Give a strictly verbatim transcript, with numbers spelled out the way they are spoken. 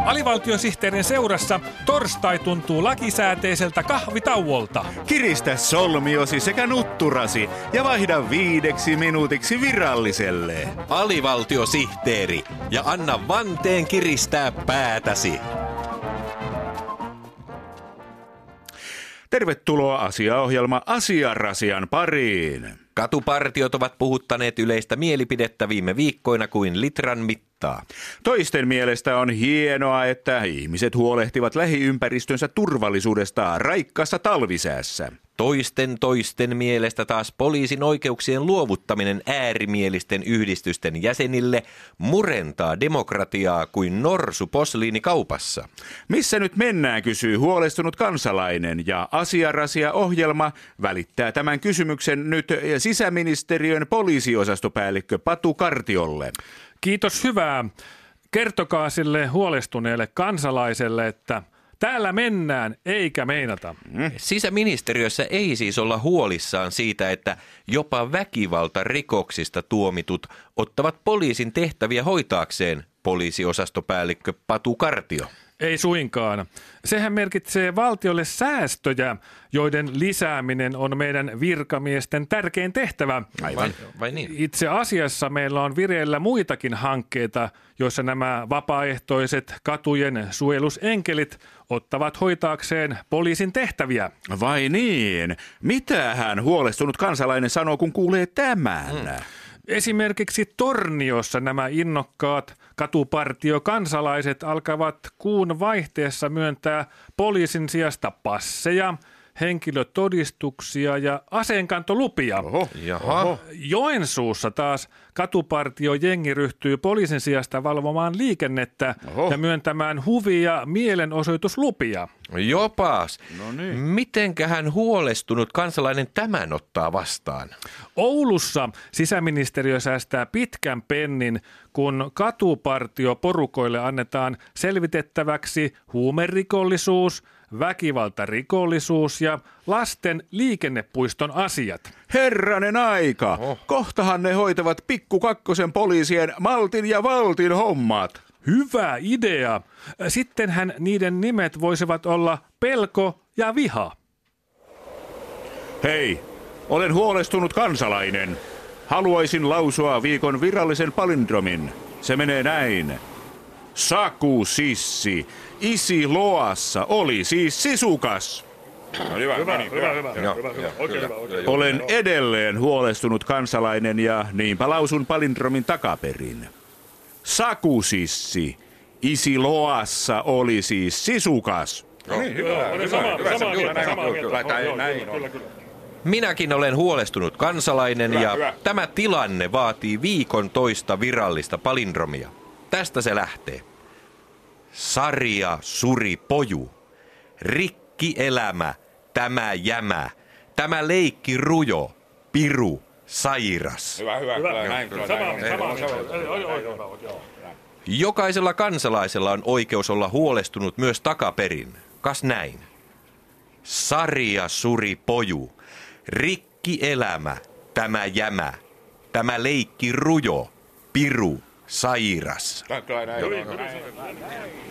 Alivaltiosihteerin seurassa torstai tuntuu lakisääteiseltä kahvitauolta. Kiristä solmiosi sekä nutturasi ja vaihda viideksi minuutiksi viralliselle. Alivaltiosihteeri ja anna vanteen kiristää päätäsi. Tervetuloa asiaohjelma Asiarasian pariin. Katupartiot ovat puhuttaneet yleistä mielipidettä viime viikkoina kuin litran mittaa. Toisten mielestä on hienoa, että ihmiset huolehtivat lähiympäristönsä turvallisuudesta raikkaassa talvisäässä. Toisten toisten mielestä taas poliisin oikeuksien luovuttaminen äärimielisten yhdistysten jäsenille murentaa demokratiaa kuin norsu posliinikaupassa. Missä nyt mennään, kysyy huolestunut kansalainen, ja Asiarasia-ohjelma välittää tämän kysymyksen nyt sisäministeriön poliisiosastopäällikkö Patu Kartiolle. Kiitos, hyvää. Kertokaa sille huolestuneelle kansalaiselle, että täällä mennään eikä meinata. Sisäministeriössä ei siis olla huolissaan siitä, että jopa väkivaltarikoksista tuomitut ottavat poliisin tehtäviä hoitaakseen, poliisiosastopäällikkö Patu Kartio. Ei suinkaan. Sehän merkitsee valtiolle säästöjä, joiden lisääminen on meidän virkamiesten tärkein tehtävä. Aivan. Vai, vai niin? Itse asiassa meillä on vireillä muitakin hankkeita, joissa nämä vapaaehtoiset katujen suojelusenkelit ottavat hoitaakseen poliisin tehtäviä. Vai niin? Mitähän huolestunut kansalainen sanoo, kun kuulee tämän? Hmm. Esimerkiksi Torniossa nämä innokkaat katupartiokansalaiset alkavat kuun vaihteessa myöntää poliisin sijasta passeja, henkilötodistuksia ja aseenkantolupia. Oho, jaha. Joensuussa taas katupartiojengi ryhtyy poliisin sijasta valvomaan liikennettä Oho. ja myöntämään huvi- ja mielenosoituslupia. Jopas. No niin. Mitenkähän huolestunut kansalainen tämän ottaa vastaan? Oulussa sisäministeriö säästää pitkän pennin, kun katupartioporukoille annetaan selvitettäväksi huumerikollisuus, väkivaltarikollisuus ja lasten liikennepuiston asiat. Herranen aika! Oh. Kohtahan ne hoitavat pikku kakkosen poliisien maltin ja valtin hommat. Hyvä idea. Sittenhän niiden nimet voisivat olla pelko ja viha. Hei, olen huolestunut kansalainen. Haluaisin lausua viikon virallisen palindromin. Se menee näin. Saku sissi. Isi loassa oli siis sisukas. No, hyvä, hyvä, niin, hyvä, hyvä, hyvä, hyvä, hyvä, oikein hyvä, oikein hyvä. Olen edelleen huolestunut kansalainen ja niinpä lausun palindromin takaperin. Saku sissi. Isi loassa oli siis sisukas. No niin, hyvä, hyvä, sama, hyvä, sama, mieltä, sama mieltä. Näin on. Minäkin olen huolestunut kansalainen hyvä, ja hyvä. Tämä tilanne vaatii viikon toista virallista palindromia. Tästä se lähtee. Sarja suri poju. Rikki elämä, tämä jämä. Tämä leikki rujo, piru, sairas. Hyvä, hyvä, hyvä. Kyllä, näin, kyllä, sama, näin, sama, sama, Jokaisella kansalaisella on oikeus olla huolestunut myös takaperin. Kas näin. Sarja suri poju. Rikki elämä, tämä jämä. Tämä leikki rujo, piru, sairas. Kyllä, näin, näin.